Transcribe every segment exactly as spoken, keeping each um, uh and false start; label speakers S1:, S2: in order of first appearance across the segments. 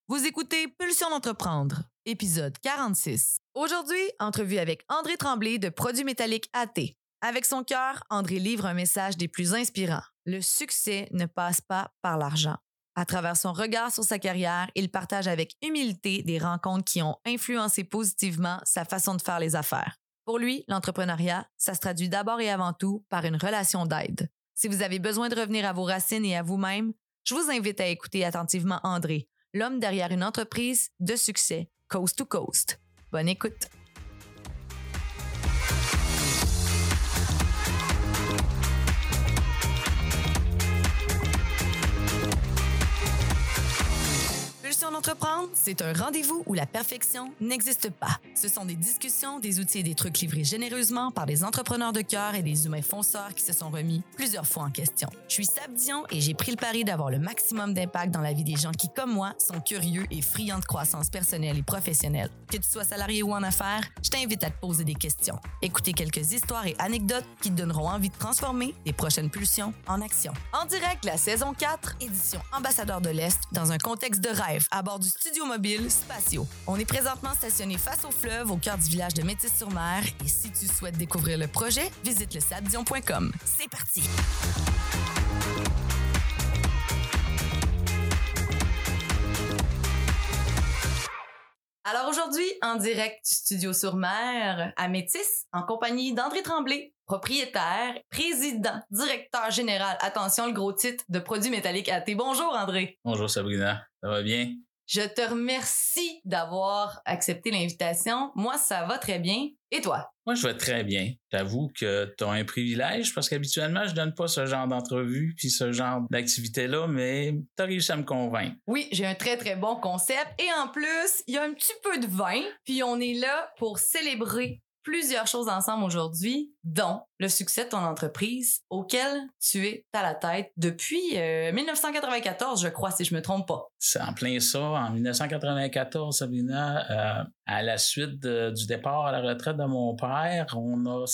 S1: Vous écoutez Pulsion d'entreprendre, épisode quarante-six. Aujourd'hui, entrevue avec André Tremblay de Produits métalliques A T. Avec son cœur, André livre un message des plus inspirants. Le succès ne passe pas par l'argent. À travers son regard sur sa carrière, il partage avec humilité des rencontres qui ont influencé positivement sa façon de faire les affaires. Pour lui, l'entrepreneuriat, ça se traduit d'abord et avant tout par une relation d'aide. Si vous avez besoin de revenir à vos racines et à vous-même, je vous invite à écouter attentivement André, l'homme derrière une entreprise de succès, coast to coast. Bonne écoute! Pulsion d'entreprendre, c'est un rendez-vous où la perfection n'existe pas. Ce sont des discussions, des outils et des trucs livrés généreusement par des entrepreneurs de cœur et des humains fonceurs qui se sont remis plusieurs fois en question. Je suis Sab Dion et j'ai pris le pari d'avoir le maximum d'impact dans la vie des gens qui, comme moi, sont curieux et friands de croissance personnelle et professionnelle. Que tu sois salarié ou en affaires, je t'invite à te poser des questions. Écouter quelques histoires et anecdotes qui te donneront envie de transformer tes prochaines pulsions en action. En direct, la saison quatre, édition Ambassadeur de l'Est, dans un contexte de rêve à bord du studio mobile Spatio. On est présentement stationné face au fleuve au cœur du village de Métis-sur-Mer et si tu souhaites découvrir le projet, visite le sabdion point com. C'est parti! Alors aujourd'hui, en direct du studio sur mer à Métis, en compagnie d'André Tremblay, propriétaire, président, directeur général, attention le gros titre, de Produits métalliques A T. Bonjour André.
S2: Bonjour Sabrina, ça va bien?
S1: Je te remercie d'avoir accepté l'invitation. Moi, ça va très bien. Et toi?
S2: Moi, je vais très bien. J'avoue que tu as un privilège parce qu'habituellement, je donne pas ce genre d'entrevue puis ce genre d'activité-là, mais tu as réussi à me convaincre.
S1: Oui, j'ai un très, très bon concept. Et en plus, il y a un petit peu de vin. Puis on est là pour célébrer plusieurs choses ensemble aujourd'hui, dont le succès de ton entreprise auquel tu es à la tête depuis euh, dix-neuf cent quatre-vingt-quatorze, je crois, si je me trompe pas.
S2: C'est en plein ça. En dix-neuf cent quatre-vingt-quatorze, Sabrina, euh, à la suite de, du départ à la retraite de mon père, on a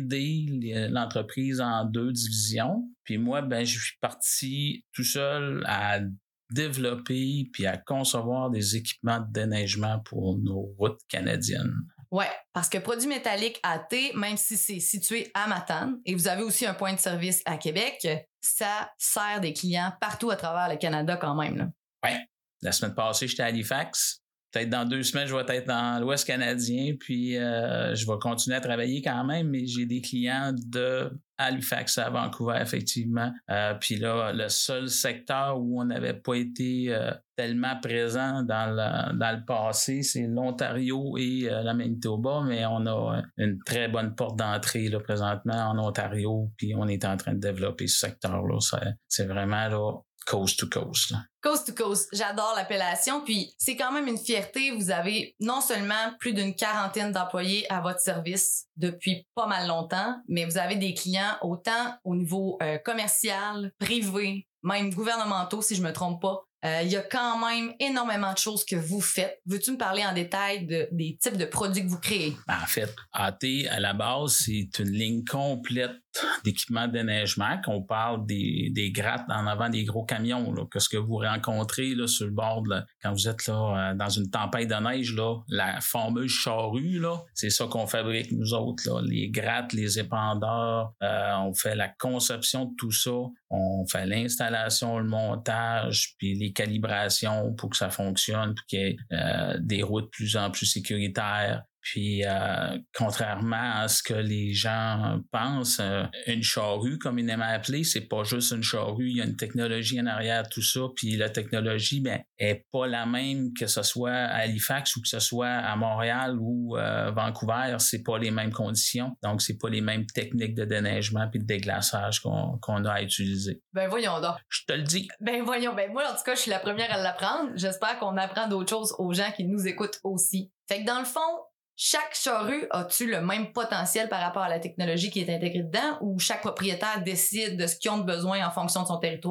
S2: scindé l'entreprise en deux divisions. Puis moi, ben, je suis parti tout seul à développer puis à concevoir des équipements de déneigement pour nos routes canadiennes.
S1: Ouais, parce que Produits métalliques A T, même si c'est situé à Matane, et vous avez aussi un point de service à Québec, ça sert des clients partout à travers le Canada quand même. Là.
S2: Ouais. La semaine passée, j'étais à Halifax. Peut-être dans deux semaines, je vais être dans l'Ouest canadien, puis euh, je vais continuer à travailler quand même, mais j'ai des clients de Halifax à Vancouver, effectivement. Euh, puis là, le seul secteur où on n'avait pas été euh, tellement présent dans le, dans le passé, c'est l'Ontario et euh, la Manitoba, mais on a une très bonne porte d'entrée là présentement en Ontario, puis on est en train de développer ce secteur-là. C'est, c'est vraiment là coast to coast. Là.
S1: Coast to coast, j'adore l'appellation, puis c'est quand même une fierté. Vous avez non seulement plus d'une quarantaine d'employés à votre service depuis pas mal longtemps, mais vous avez des clients autant au niveau euh, commercial, privé, même gouvernementaux si je me trompe pas. Euh, il y a quand même énormément de choses que vous faites. Veux-tu me parler en détail de, des types de produits que vous créez?
S2: En fait, A T, à la base, c'est une ligne complète d'équipements de déneigement, qu'on parle des, des grattes en avant des gros camions, là, que ce que vous rencontrez là, sur le bord, là, quand vous êtes là dans une tempête de neige, là, la fameuse charrue, là, c'est ça qu'on fabrique nous autres, là, les grattes, les épandeurs, euh, on fait la conception de tout ça, on fait l'installation, le montage, puis les calibrations pour que ça fonctionne, pour qu'il y ait euh, des routes de plus en plus sécuritaires. Puis, euh, contrairement à ce que les gens pensent, euh, une charrue, comme il aime appeler, c'est pas juste une charrue. Il y a une technologie en arrière tout ça. Puis la technologie, ben, est pas la même que ce soit à Halifax ou que ce soit à Montréal ou euh, Vancouver. C'est pas les mêmes conditions. Donc, c'est pas les mêmes techniques de déneigement puis de déglaçage qu'on, qu'on a à utiliser.
S1: Ben voyons donc.
S2: Je te le dis.
S1: Ben voyons. Ben moi, en tout cas, je suis la première à l'apprendre. J'espère qu'on apprend d'autres choses aux gens qui nous écoutent aussi. Fait que dans le fond, chaque charrue a-tu le même potentiel par rapport à la technologie qui est intégrée dedans ou chaque propriétaire décide de ce qu'ils ont besoin en fonction de son territoire?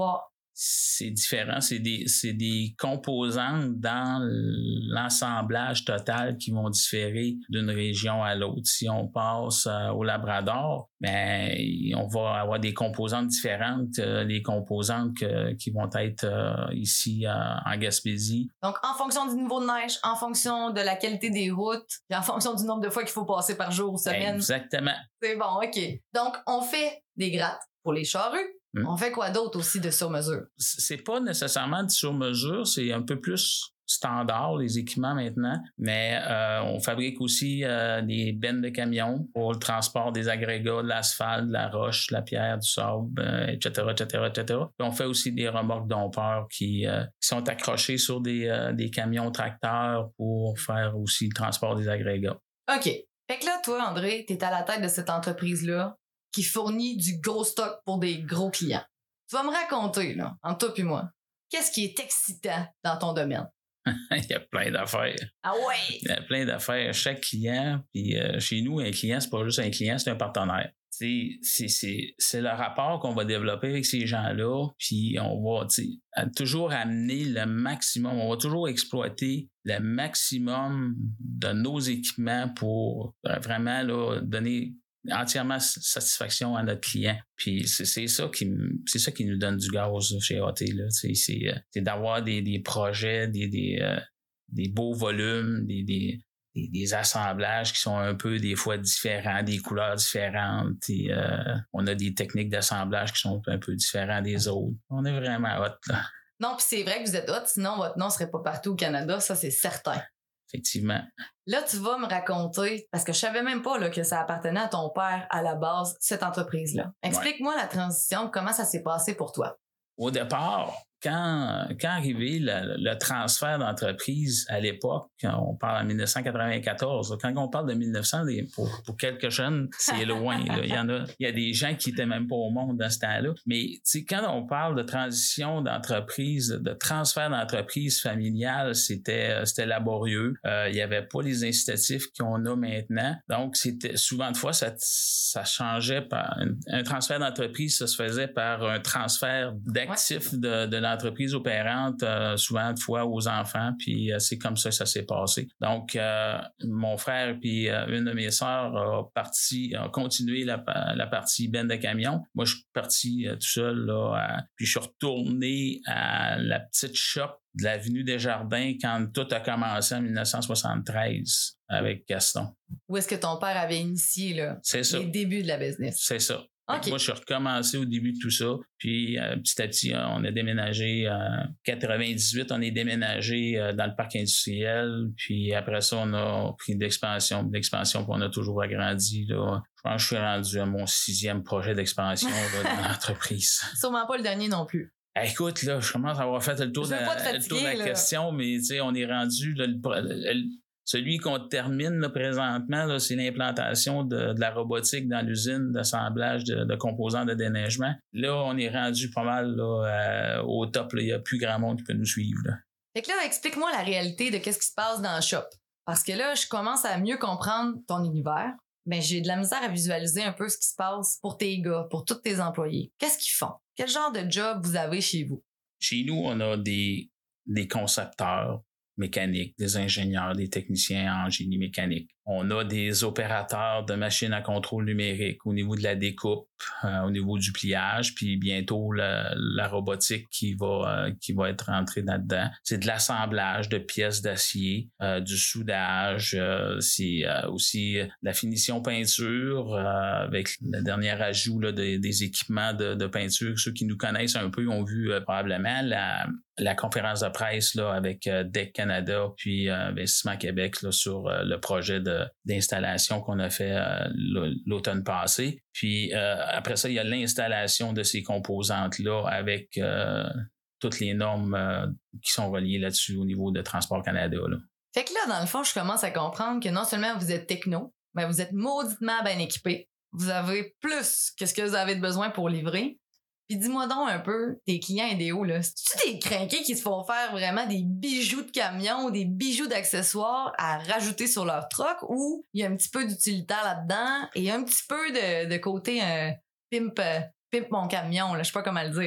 S2: c'est différent. C'est des, c'est des composantes dans l'assemblage total qui vont différer d'une région à l'autre. Si on passe euh, au Labrador, ben, on va avoir des composantes différentes, euh, les composantes que, qui vont être euh, ici euh, en Gaspésie.
S1: Donc, en fonction du niveau de neige, en fonction de la qualité des routes, et en fonction du nombre de fois qu'il faut passer par jour ou semaine.
S2: Exactement.
S1: C'est bon, OK. Donc, on fait des grattes pour les charrues. Hum. On fait quoi d'autre aussi de sur-mesure?
S2: C'est pas nécessairement de sur-mesure, c'est un peu plus standard, les équipements maintenant, mais euh, on fabrique aussi euh, des bennes de camions pour le transport des agrégats, de l'asphalte, de la roche, de la pierre, du sable, euh, et cetera, et cetera, et cetera. Puis on fait aussi des remorques dompeurs qui, euh, qui sont accrochés sur des, euh, des camions tracteurs pour faire aussi le transport des agrégats.
S1: OK. Fait que là, toi, André, t'es à la tête de cette entreprise-là qui fournit du gros stock pour des gros clients. Tu vas me raconter, là, entre toi et moi, qu'est-ce qui est excitant dans ton domaine?
S2: Il y a plein d'affaires.
S1: Ah ouais?
S2: Il y a plein d'affaires. Chaque client, puis euh, chez nous, un client, c'est pas juste un client, c'est un partenaire. C'est, c'est, c'est, c'est le rapport qu'on va développer avec ces gens-là, puis on va toujours amener le maximum, on va toujours exploiter le maximum de nos équipements pour vraiment là, donner entièrement satisfaction à notre client. Puis c'est, c'est ça qui c'est ça qui nous donne du gaz chez A T. Là. C'est, c'est, c'est d'avoir des, des projets, des, des, euh, des beaux volumes, des, des, des, des assemblages qui sont un peu des fois différents, des couleurs différentes. Et, euh, on a des techniques d'assemblage qui sont un peu différentes des autres. On est vraiment hot, là.
S1: Non, puis c'est vrai que vous êtes hot, sinon votre nom serait pas partout au Canada, ça c'est certain.
S2: Effectivement.
S1: Là, tu vas me raconter, parce que je savais même pas là, que ça appartenait à ton père à la base, cette entreprise-là. Explique-moi ouais. la transition, comment ça s'est passé pour toi?
S2: Au départ, quand, quand arrivé le, le transfert d'entreprise à l'époque, on parle en dix-neuf cent quatre-vingt-quatorze, quand on parle de mille neuf cents, pour, pour quelques jeunes, c'est loin. Là. Il y en a, il y a des gens qui étaient même pas au monde dans ce temps-là. Mais quand on parle de transition d'entreprise, de transfert d'entreprise familiale, c'était, c'était laborieux. Euh, il y avait pas les incitatifs qu'on a maintenant. Donc, c'était souvent de fois, ça, ça changeait par un, un transfert d'entreprise, ça se faisait par un transfert d'actifs ouais. de, de l'entreprise opérante, euh, souvent de fois aux enfants, puis euh, c'est comme ça que ça s'est passé. Donc, euh, mon frère puis euh, une de mes sœurs a parti, a continué la, la partie benne de camion. Moi, je suis parti euh, tout seul, là, à, puis je suis retourné à la petite shop de l'avenue Desjardins quand tout a commencé en dix-neuf cent soixante-treize avec Gaston.
S1: Où est-ce que ton père avait initié là,
S2: c'est ça.
S1: les débuts de la business?
S2: C'est ça.
S1: Okay.
S2: Moi, je suis recommencé au début de tout ça. Puis, euh, petit à petit, on a déménagé. En quatre-vingt-dix-huit, on est déménagé euh, dans le parc industriel. Puis après ça, on a pris de l'expansion, de l'expansion, puis on a toujours agrandi. Là. Je pense que je suis rendu à mon sixième projet d'expansion là, dans l'entreprise.
S1: Sûrement pas le dernier non plus.
S2: Hey, écoute, là, je commence à avoir fait le tour de la, fatiguer, le tour de la question, mais tu sais, on est rendu... Là, le, le, Celui qu'on termine là, présentement, là, c'est l'implantation de, de la robotique dans l'usine d'assemblage de, de composants de déneigement. Là, on est rendu pas mal là, euh, au top. Il n'y a plus grand monde qui peut nous suivre. Là.
S1: Fait que là, explique-moi la réalité de qu'est-ce qui se passe dans le shop. Parce que là, je commence à mieux comprendre ton univers, mais j'ai de la misère à visualiser un peu ce qui se passe pour tes gars, pour tous tes employés. Qu'est-ce qu'ils font? Quel genre de job vous avez chez vous?
S2: Chez nous, on a des, des concepteurs mécaniques, des ingénieurs, des techniciens en génie mécanique. On a des opérateurs de machines à contrôle numérique au niveau de la découpe, euh, au niveau du pliage, puis bientôt la, la robotique qui va euh, qui va être rentrée là-dedans. C'est de l'assemblage de pièces d'acier, euh, du soudage, euh, c'est euh, aussi la finition peinture euh, avec le dernier ajout là, de, des équipements de, de peinture. Ceux qui nous connaissent un peu ont vu euh, probablement la la conférence de presse là avec euh, D E C Canada puis euh, Investissement Québec là, sur euh, le projet de d'installation qu'on a fait euh, l'automne passé. Puis euh, après ça, il y a l'installation de ces composantes-là avec euh, toutes les normes euh, qui sont reliées là-dessus au niveau de Transport Canada. Là.
S1: Fait que là, dans le fond, je commence à comprendre que non seulement vous êtes techno, mais vous êtes mauditement bien équipé. Vous avez plus que ce que vous avez de besoin pour livrer. Puis dis-moi donc un peu, tes clients idéaux, là, c'est-tu des crinqués qui se font faire vraiment des bijoux de camion ou des bijoux d'accessoires à rajouter sur leur truck ou il y a un petit peu d'utilitaire là-dedans et un petit peu de, de côté euh, pimp, euh, pimp mon camion, là, je sais pas comment le dire.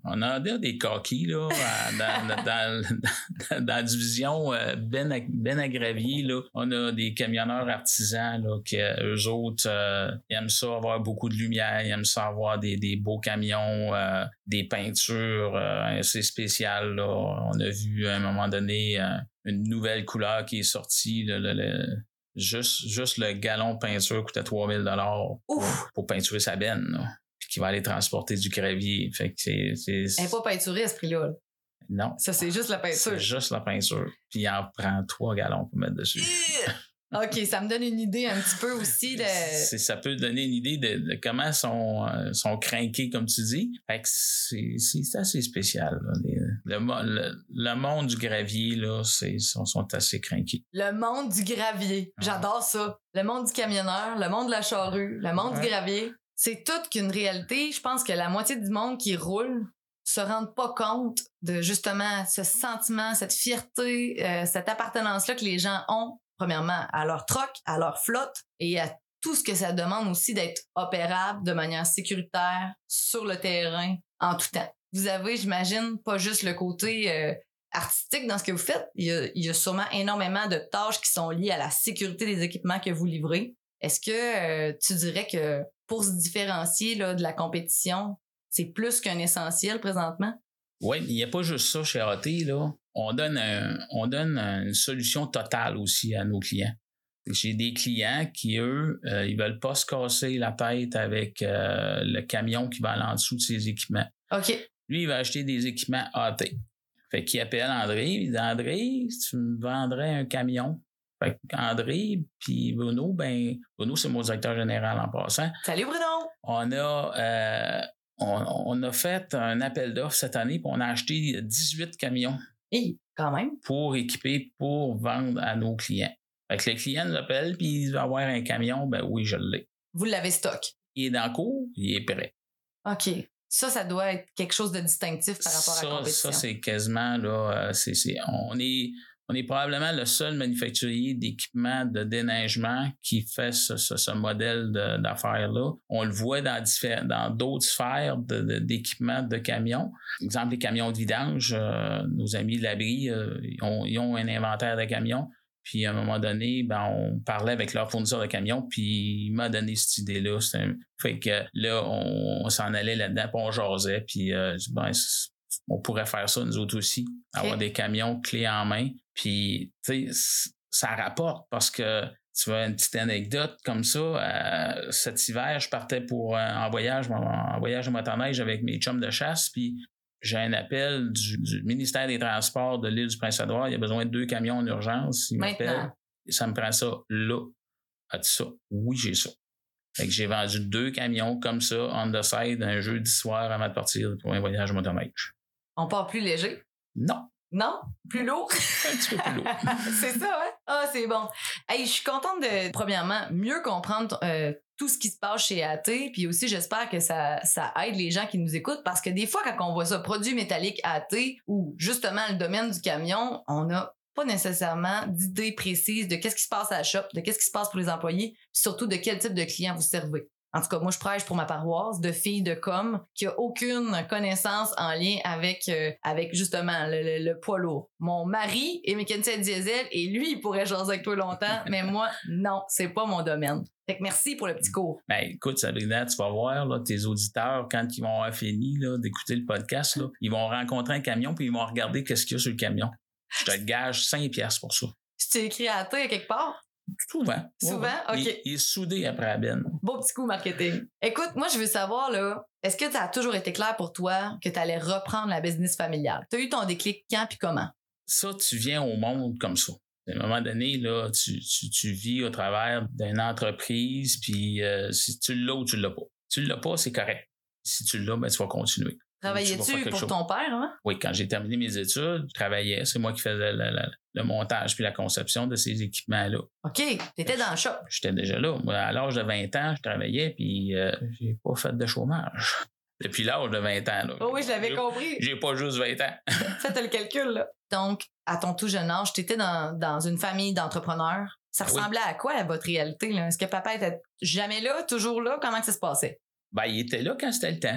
S2: On a des coquilles, là, dans, dans, dans, dans, dans la division Ben, Ben à Gravier, là. On a des camionneurs artisans, là, qui, eux autres, euh, ils aiment ça avoir beaucoup de lumière, ils aiment ça avoir des, des beaux camions, euh, des peintures euh, assez spéciales, là. On a vu, à un moment donné, euh, une nouvelle couleur qui est sortie, là, le, le, juste, juste le gallon de peinture coûtait trois mille dollars pour, pour peinturer sa benne, là. Qui va aller transporter du gravier. Fait que c'est... c'est...
S3: Elle n'est pas peinturée à ce prix-là. Là.
S2: Non.
S3: Ça, c'est juste la peinture.
S2: C'est juste la peinture. Puis il en prend trois gallons pour mettre dessus.
S3: OK, ça me donne une idée un petit peu aussi de...
S2: C'est, ça peut donner une idée de, de comment sont, euh, sont crinqués, comme tu dis. Fait que c'est, c'est, c'est assez spécial. Là. Les, le, le, le monde du gravier, là, c'est, sont, sont assez crinqués.
S3: Le monde du gravier. J'adore ça. Le monde du camionneur, le monde de la charrue, le monde ouais. du gravier. C'est toute qu'une réalité. Je pense que la moitié du monde qui roule se rendent pas compte de justement ce sentiment, cette fierté, euh, cette appartenance-là que les gens ont, premièrement, à leur troc, à leur flotte et à tout ce que ça demande aussi d'être opérable de manière sécuritaire sur le terrain en tout temps. Vous avez, j'imagine, pas juste le côté euh, artistique dans ce que vous faites. Il y a, il y a sûrement énormément de tâches qui sont liées à la sécurité des équipements que vous livrez. Est-ce que euh, tu dirais que pour se différencier là, de la compétition, c'est plus qu'un essentiel présentement?
S2: Oui, il n'y a pas juste ça chez A T, là. On donne, un, on donne une solution totale aussi à nos clients. J'ai des clients qui, eux, euh, ils veulent pas se casser la tête avec euh, le camion qui va aller en dessous de ses équipements.
S3: OK.
S2: Lui, il va acheter des équipements A T. Fait qu'il appelle André, il dit « André, tu me vendrais un camion? » Fait qu'André puis Bruno, ben Bruno, c'est mon directeur général en passant.
S3: Salut Bruno!
S2: On a euh, on, on a fait un appel d'offres cette année, puis on a acheté dix-huit camions.
S3: Hey, quand même.
S2: Pour équiper, pour vendre à nos clients. Fait que le client nous appelle, puis il va avoir un camion, ben oui, je l'ai.
S3: Vous l'avez stock?
S2: Il est dans le cours, il est prêt.
S3: OK. Ça, ça doit être quelque chose de distinctif par rapport
S2: ça,
S3: à la compétition.
S2: Ça, c'est quasiment, là, c'est, c'est, on est... On est probablement le seul manufacturier d'équipements de déneigement qui fait ce, ce, ce modèle de, d'affaires-là. On le voit dans, diffé- dans d'autres sphères de, de, d'équipements de camions. Par exemple, les camions de vidange, euh, nos amis de l'abri, euh, ils, ont, ils ont un inventaire de camions. Puis à un moment donné, ben, on parlait avec leur fournisseur de camions, puis il m'a donné cette idée-là. C'était un... Fait que là, on, on s'en allait là-dedans, puis on jasait, puis euh, ben, on pourrait faire ça nous autres aussi, okay. Avoir des camions clés en main. Puis, tu sais, ça rapporte parce que, tu vois, une petite anecdote comme ça, euh, cet hiver, je partais pour euh, en voyage, en voyage de motoneige avec mes chums de chasse, puis j'ai un appel du, du ministère des Transports de l'île du Prince-Édouard, il y a besoin de deux camions en urgence. Il m'appelle, ça me prend ça là. As-tu ça? Oui, j'ai ça. Fait que j'ai vendu deux camions comme ça, on the side, un jeudi soir avant de partir pour un voyage de motoneige.
S3: On part plus léger?
S2: Non.
S3: Non? Plus lourd?
S2: Un petit peu plus lourd.
S3: C'est ça, hein? Ah, c'est bon. Hey, je suis contente de, premièrement, mieux comprendre euh, tout ce qui se passe chez A T, puis aussi, j'espère que ça, ça aide les gens qui nous écoutent, parce que des fois, quand on voit ça, produits métalliques A T, ou justement le domaine du camion, on n'a pas nécessairement d'idée précise de qu'est-ce qui se passe à la shop, de qu'est-ce qui se passe pour les employés, puis surtout de quel type de client vous servez. En tout cas, moi, je prêche pour ma paroisse de filles de com qui a aucune connaissance en lien avec euh, avec justement le, le, le poids lourd. Mon mari est mécanicien diesel et lui, il pourrait jaser avec toi longtemps, mais moi, non, c'est pas mon domaine. Fait que merci pour le petit cours.
S2: Ben, écoute, Sabrina, tu vas voir, là, tes auditeurs, quand ils vont avoir fini là, d'écouter le podcast, là, ils vont rencontrer un camion puis ils vont regarder qu'est-ce qu'il y a sur le camion. Je te le gage cinq piastres pour ça.
S3: Tu t'es écrit à T à quelque part?
S2: Souvent.
S3: Souvent?
S2: Ouais.
S3: OK.
S2: Il, il est soudé après la benne.
S3: Beau petit coup marketing. Écoute, moi, je veux savoir, là, est-ce que ça a toujours été clair pour toi que tu allais reprendre la business familiale? Tu as eu ton déclic quand puis comment?
S2: Ça, tu viens au monde comme ça. À un moment donné, là, tu, tu, tu vis au travers d'une entreprise, puis euh, si tu l'as ou tu l'as pas. Tu l'as pas, c'est correct. Si tu l'as, ben, tu vas continuer.
S3: Travaillais-tu pour chose. Ton père, hein?
S2: Oui, quand j'ai terminé mes études, je travaillais. C'est moi qui faisais le, le, le montage puis la conception de ces équipements-là.
S3: OK. T'étais dans le shop.
S2: J'étais déjà là. Moi, à l'âge de vingt ans, je travaillais puis euh, j'ai pas fait de chômage. Depuis l'âge de vingt ans. Là,
S3: oh oui, je l'avais j'ai, compris.
S2: J'ai pas juste vingt ans.
S3: Faites le calcul, là. Donc, à ton tout jeune âge, t'étais dans, dans une famille d'entrepreneurs. Ça ressemblait oui. à quoi, à votre réalité, là? Est-ce que papa était jamais là, toujours là? Comment que ça se passait?
S2: Ben, il était là quand c'était le temps.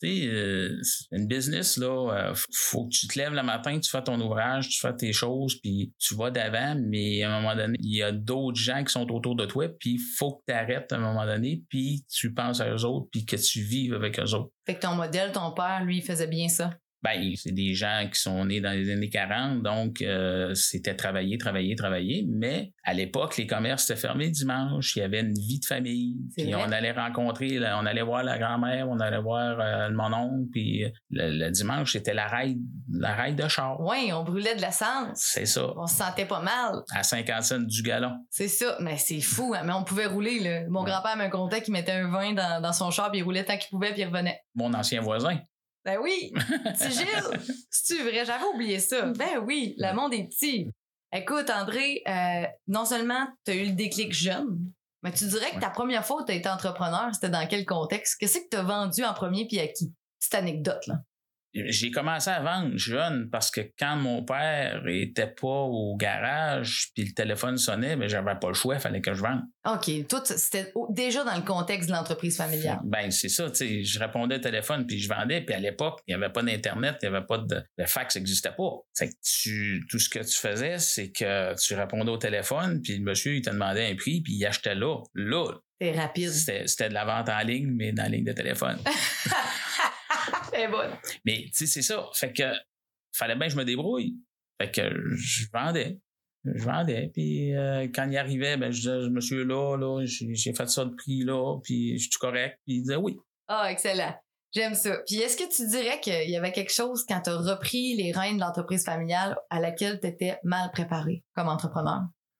S2: Tu sais, euh, une business, là, euh, faut que tu te lèves le matin, tu fais ton ouvrage, tu fais tes choses, puis tu vas d'avant, mais à un moment donné, il y a d'autres gens qui sont autour de toi, puis il faut que tu arrêtes à un moment donné, puis tu penses à eux autres, puis que tu vives avec eux autres.
S3: Fait que ton modèle, ton père, lui, il faisait bien ça.
S2: Ben, c'est des gens qui sont nés dans les années quarante, donc euh, c'était travailler, travailler, travailler. Mais à l'époque, les commerces étaient fermés le dimanche. Il y avait une vie de famille.
S3: C'est
S2: Puis
S3: vrai.
S2: on allait rencontrer, on allait voir la grand-mère, on allait voir euh, mon oncle. Puis le, le dimanche, c'était la raide, la raide de char.
S3: Oui, on brûlait de l'essence.
S2: C'est ça.
S3: On se sentait pas mal.
S2: À cinquante cents du gallon.
S3: C'est ça. Mais c'est fou, hein? Mais on pouvait rouler, là. Mon
S2: Ouais.
S3: grand-père me contait qu'il mettait un vin dans, dans son char, puis il roulait tant qu'il pouvait, puis il revenait.
S2: Mon ancien voisin.
S3: Ben oui! Petit Gilles! C'est-tu vrai? J'avais oublié ça. Ben oui, le monde est petit. Écoute, André, euh, non seulement tu as eu le déclic jeune, mais tu dirais que ta première fois où tu as été entrepreneur, c'était dans quel contexte? Qu'est-ce que tu as vendu en premier puis à qui? Petite anecdote, là.
S2: J'ai commencé à vendre jeune parce que quand mon père était pas au garage puis le téléphone sonnait, ben j'avais pas le choix, il fallait que je vende.
S3: OK. Toi, tu- c'était au- déjà dans le contexte de l'entreprise familiale.
S2: Ben c'est ça, tu sais, je répondais au téléphone puis je vendais, puis à l'époque, il n'y avait pas d'internet, il n'y avait pas de le fax n'existait pas. C'est que tu tout ce que tu faisais, c'est que tu répondais au téléphone puis le monsieur il te demandait un prix puis il achetait là, là.
S3: C'est rapide.
S2: C'était c'était de la vente en ligne mais dans la ligne de téléphone.
S3: C'est bon.
S2: Mais tu sais, c'est ça. Fait que fallait bien que je me débrouille. Fait que je vendais. Je vendais. Puis euh, quand il arrivait, ben je disais, monsieur là, là, j'ai, j'ai fait ça de prix là, puis je suis correct. Puis il disait oui.
S3: Ah, excellent. J'aime ça. Puis est-ce que tu dirais qu'il y avait quelque chose quand tu as repris les rênes de l'entreprise familiale à laquelle tu étais mal préparé comme entrepreneur?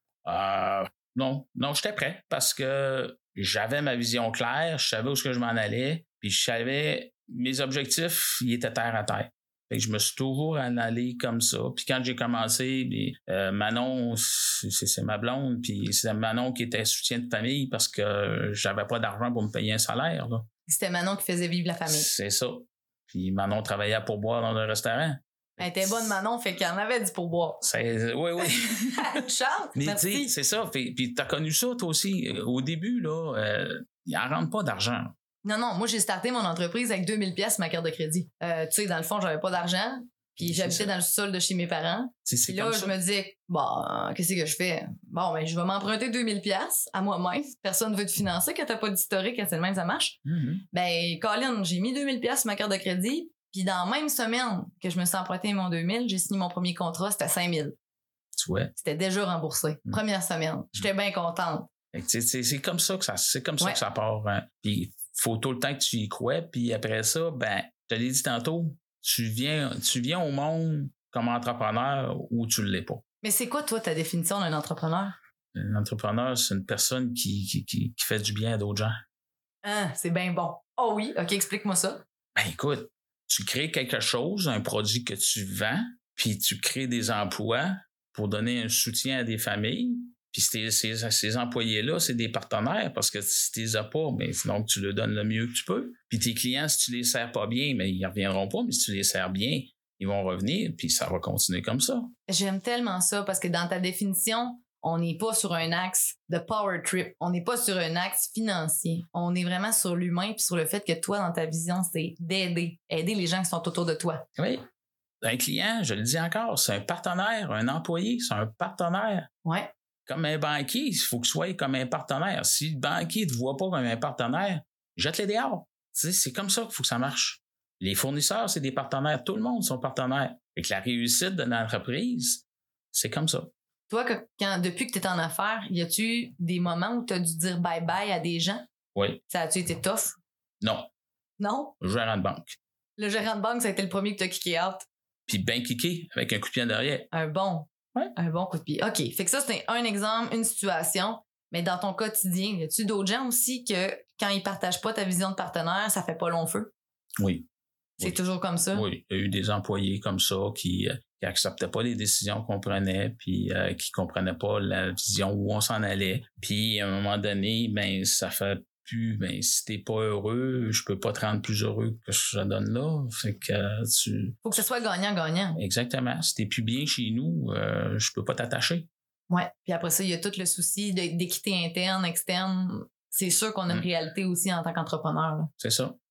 S2: Euh, non, non, j'étais prêt parce que j'avais ma vision claire, je savais où est-ce que je m'en allais, puis je savais mes objectifs, ils étaient terre à terre. Fait que je me suis toujours en allé comme ça. Puis quand j'ai commencé, puis, euh, Manon, c'est, c'est ma blonde, puis c'est Manon qui était soutien de famille parce que j'avais pas d'argent pour me payer un salaire. Là.
S3: C'était Manon qui faisait vivre la famille.
S2: C'est ça. Puis Manon travaillait à pourboire dans un restaurant.
S3: Elle était bonne, Manon, fait qu'il y en avait du pourboire.
S2: C'est, oui, oui.
S3: Une chance!
S2: Mais tu
S3: Merci.
S2: sais, c'est ça. Puis, puis t'as connu ça, toi aussi. Au début, là, euh, il en rentre pas d'argent.
S3: Non, non, moi, j'ai starté mon entreprise avec deux mille pièces ma carte de crédit. Euh, tu sais, dans le fond, j'avais pas d'argent. Puis
S2: C'est
S3: j'habitais
S2: ça.
S3: dans le sol de chez mes parents.
S2: C'est, c'est
S3: Puis là,
S2: comme
S3: je
S2: ça.
S3: me disais, bon, euh, qu'est-ce que je fais? Bon, ben, je vais m'emprunter deux mille pièces à moi-même. Personne veut te financer quand t'as pas d'historique, quand c'est le même, ça marche.
S2: Mhm.
S3: Ben, Colin, j'ai mis deux mille pièces sur ma carte de crédit. Puis dans la même semaine que je me suis emprunté mon deux mille, j'ai signé mon premier contrat, c'était cinq mille.
S2: Tu vois.
S3: C'était déjà remboursé.
S2: Mm.
S3: Première semaine. J'étais bien contente.
S2: Fait que, tu sais, c'est, c'est comme ça que ça, c'est comme ça
S3: Ouais.
S2: que ça part. Hein. Puis faut tout le temps que tu y crois. Puis après ça, ben, je te l'ai dit tantôt, tu viens, tu viens au monde comme entrepreneur ou tu ne l'es pas.
S3: Mais c'est quoi, toi, ta définition d'un entrepreneur?
S2: Un entrepreneur, c'est une personne qui, qui, qui, qui fait du bien à d'autres gens.
S3: Hein, c'est bien bon. Oh oui, OK, explique-moi ça.
S2: Ben écoute, tu crées quelque chose, un produit que tu vends, puis tu crées des emplois pour donner un soutien à des familles. Puis ces, ces, ces employés-là, c'est des partenaires parce que si tu les as pas, ben, il faut donc que tu leur donnes le mieux que tu peux. Puis tes clients, si tu les sers pas bien, ben, ils reviendront pas, mais si tu les sers bien, ils vont revenir, puis ça va continuer comme ça.
S3: J'aime tellement ça parce que dans ta définition, on n'est pas sur un axe de power trip. On n'est pas sur un axe financier. On est vraiment sur l'humain puis sur le fait que toi, dans ta vision, c'est d'aider. Aider les gens qui sont autour de toi.
S2: Oui. Un client, je le dis encore, c'est un partenaire. Un employé, c'est un partenaire.
S3: Ouais.
S2: Comme un banquier, il faut que tu sois comme un partenaire. Si le banquier ne te voit pas comme un partenaire, jette-les dehors. Tu sais, c'est comme ça qu'il faut que ça marche. Les fournisseurs, c'est des partenaires. Tout le monde sont partenaires. Et que la réussite de l'entreprise, c'est comme ça.
S3: Toi, que, quand, depuis que tu es en affaires, y a-tu des moments où tu as dû dire bye-bye à des gens?
S2: Oui.
S3: Ça a-tu été tough?
S2: Non.
S3: Non?
S2: Gérant de banque.
S3: Le gérant de banque, ça a été le premier que tu as kické out.
S2: Puis bien kické avec un coup de pied en derrière.
S3: Un bon.
S2: Ouais.
S3: Un bon coup de pied. OK. Fait que ça, c'est un exemple, une situation. Mais dans ton quotidien, y a-tu d'autres gens aussi que quand ils partagent pas ta vision de partenaire, ça fait pas long feu?
S2: Oui.
S3: C'est
S2: Oui.
S3: toujours comme ça?
S2: Oui. Il y a eu des employés comme ça qui, euh, qui acceptaient pas les décisions qu'on prenait, puis euh, qui comprenaient pas la vision où on s'en allait. Puis à un moment donné, ben ça fait plus, ben si t'es pas heureux, je peux pas te rendre plus heureux que je te donne là. Fait que euh, tu.
S3: Faut que ce soit gagnant-gagnant.
S2: Exactement. Si t'es plus bien chez nous, euh, je peux pas t'attacher.
S3: Ouais. Puis après ça, il y a tout le souci de- d'équité interne, externe. C'est sûr qu'on a une
S2: Mm.
S3: réalité aussi en tant qu'entrepreneur. là.
S2: C'est ça.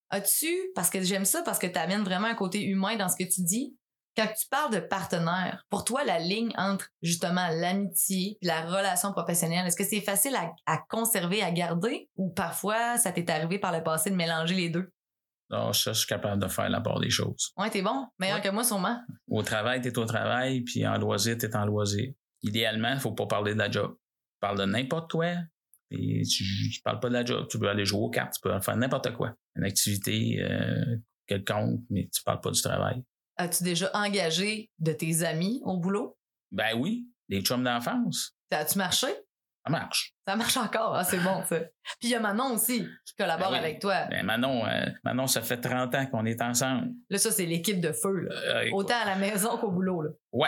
S3: As-tu, parce que j'aime ça, parce que tu amènes vraiment un côté humain dans ce que tu dis, quand tu parles de partenaire, pour toi, la ligne entre justement l'amitié et la relation professionnelle, est-ce que c'est facile à, à conserver, à garder, ou parfois ça t'est arrivé par le passé de mélanger les deux?
S2: Non, ça, je suis capable de faire la part des choses.
S3: Ouais, t'es bon. Meilleur
S2: ouais.
S3: que moi, sûrement.
S2: Au travail, t'es au travail, puis en loisir, t'es en loisir. Idéalement, il faut pas parler de la job. Tu parles de n'importe quoi, et tu, tu parles pas de la job. Tu peux aller jouer aux cartes, tu peux faire n'importe quoi. Une activité euh, quelconque, mais tu parles pas du travail.
S3: As-tu déjà engagé de tes amis au boulot?
S2: Ben oui, des chums d'enfance.
S3: As-tu marché?
S2: Ça marche.
S3: Ça marche encore, ah, c'est bon ça. Puis il y a Manon aussi qui collabore
S2: ben oui.
S3: avec toi.
S2: Ben Manon, euh, Manon, ça fait trente ans qu'on est ensemble.
S3: Là, ça, c'est l'équipe de feu. Là. Euh, Autant à la maison qu'au boulot. Là.
S2: Ouais.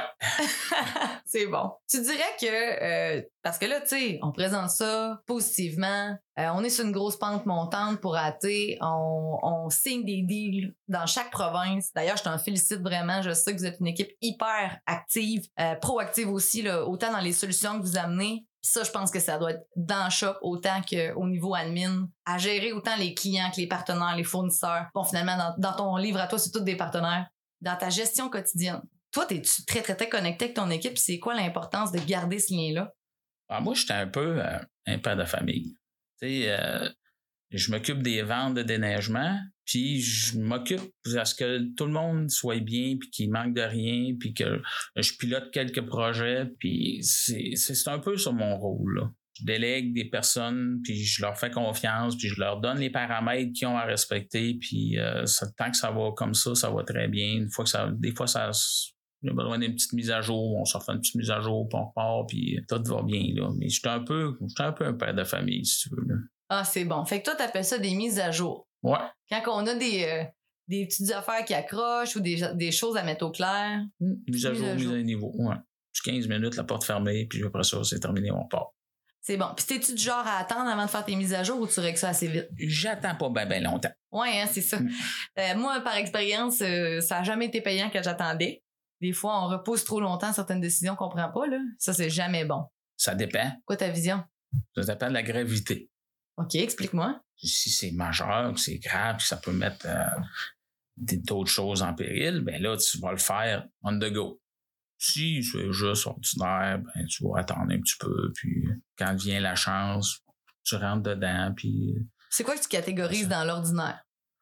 S3: C'est bon. Tu dirais que, euh, parce que là, tu sais, on présente ça positivement. Euh, on est sur une grosse pente montante pour A T. On, on signe des deals dans chaque province. D'ailleurs, je t'en félicite vraiment. Je sais que vous êtes une équipe hyper active, euh, proactive aussi, là, autant dans les solutions que vous amenez. Puis ça, je pense que ça doit être dans le shop autant qu'au niveau admin, à gérer autant les clients que les partenaires, les fournisseurs. Bon, finalement, dans, dans ton livre à toi, c'est tous des partenaires. Dans ta gestion quotidienne, toi, t'es-tu très, très, très connecté avec ton équipe? C'est quoi l'importance de garder ce lien-là?
S2: Alors moi, j'étais un peu euh, un père de famille. Tu sais, euh, je m'occupe des ventes de déneigement, puis je m'occupe à ce que tout le monde soit bien, puis qu'il manque de rien, puis que je pilote quelques projets, puis c'est, c'est, c'est un peu ça mon rôle, là. Je délègue des personnes, puis je leur fais confiance, puis je leur donne les paramètres qu'ils ont à respecter, puis euh, ça, tant que ça va comme ça, ça va très bien. Une fois que ça, des fois, ça... J'ai besoin d'une petite mise à jour, on s'en fait une petite mise à jour, puis on repart, puis tout va bien, là. Mais j'étais un peu, j'étais un peu un père de famille, si tu veux, là.
S3: Ah, c'est bon. Fait que toi, t'appelles ça des mises à jour.
S2: Ouais.
S3: Quand on a des, euh, des petites affaires qui accrochent ou des, des choses à mettre au clair.
S2: Mmh. Mise à jour, mise à niveau. Ouais. quinze minutes, la porte fermée, puis après ça, c'est terminé, on repart.
S3: C'est bon. Puis t'es-tu du genre à attendre avant de faire tes mises à jour ou tu règles ça assez vite?
S2: J'attends pas bien ben longtemps.
S3: Ouais, hein, c'est ça. Mmh. Euh, moi, par expérience, euh, ça n'a jamais été payant que j'attendais. Des fois, on repousse trop longtemps certaines décisions qu'on prend pas, là. Ça, c'est jamais bon.
S2: Ça dépend.
S3: Quoi ta vision?
S2: Ça dépend de la gravité.
S3: OK, explique-moi.
S2: Si c'est majeur, que c'est grave, que ça peut mettre euh, d'autres choses en péril, ben là, tu vas le faire on the go. Si c'est juste ordinaire, ben tu vas attendre un petit peu, puis quand vient la chance, tu rentres dedans, puis...
S3: C'est quoi que tu catégorises dans l'ordinaire?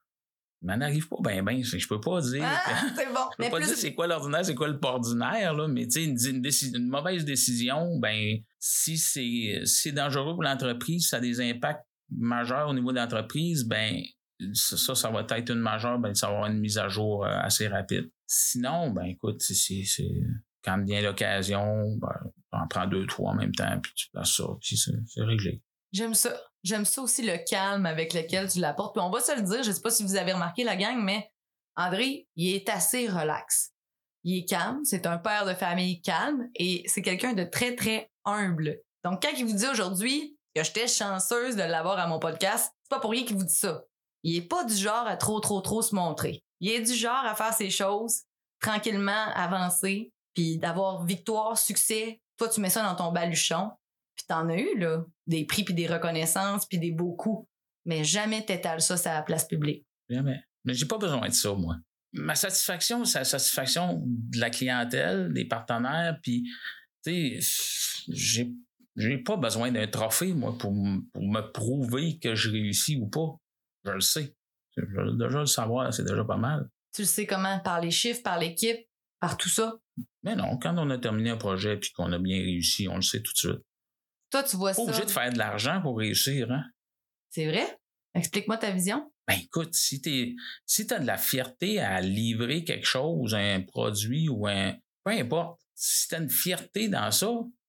S2: Il m'en arrive pas bien, bien. Je peux pas dire.
S3: Ah, c'est bon.
S2: Je peux pas plus... dire c'est quoi l'ordinaire, c'est quoi le pas ordinaire, là. Mais tu sais, une, une, décision, une mauvaise décision, ben, si c'est, si c'est dangereux pour l'entreprise, ça a des impacts majeurs au niveau de l'entreprise, ben, ça, ça va être une majeure, ben, ça va avoir une mise à jour assez rapide. Sinon, ben, écoute, c'est, c'est, c'est quand vient l'occasion, ben, tu en prends deux, trois en même temps, puis tu places ça, puis c'est, c'est réglé.
S3: J'aime ça. J'aime ça aussi, le calme avec lequel tu l'apportes. Puis on va se le dire, je sais pas si vous avez remarqué la gang, mais André, il est assez relax. Il est calme, c'est un père de famille calme et c'est quelqu'un de très, très humble. Donc, quand il vous dit aujourd'hui que j'étais chanceuse de l'avoir à mon podcast, c'est pas pour rien qu'il vous dit ça. Il est pas du genre à trop, trop, trop se montrer. Il est du genre à faire ses choses, tranquillement avancer, puis d'avoir victoire, succès. Toi, tu mets ça dans ton baluchon. Puis t'en as eu, là, des prix puis des reconnaissances puis des beaux coups. Mais jamais t'étales ça sur la place publique.
S2: Jamais. Mais j'ai pas besoin de ça, moi. Ma satisfaction, c'est la satisfaction de la clientèle, des partenaires, puis, tu sais, j'ai, j'ai pas besoin d'un trophée, moi, pour, m- pour me prouver que je réussis ou pas. Je le sais. Je, déjà le savoir, c'est déjà pas mal.
S3: Tu le sais comment? Par les chiffres, par l'équipe, par tout ça?
S2: Mais non, quand on a terminé un projet puis qu'on a bien réussi, on le sait tout de suite.
S3: Toi, tu vois
S2: Pas
S3: ça.
S2: obligé de faire de l'argent pour réussir, hein?
S3: C'est vrai? Explique-moi ta vision.
S2: Ben écoute, si t'es si t'as de la fierté à livrer quelque chose, un produit ou un... Peu importe, si t'as une fierté dans ça,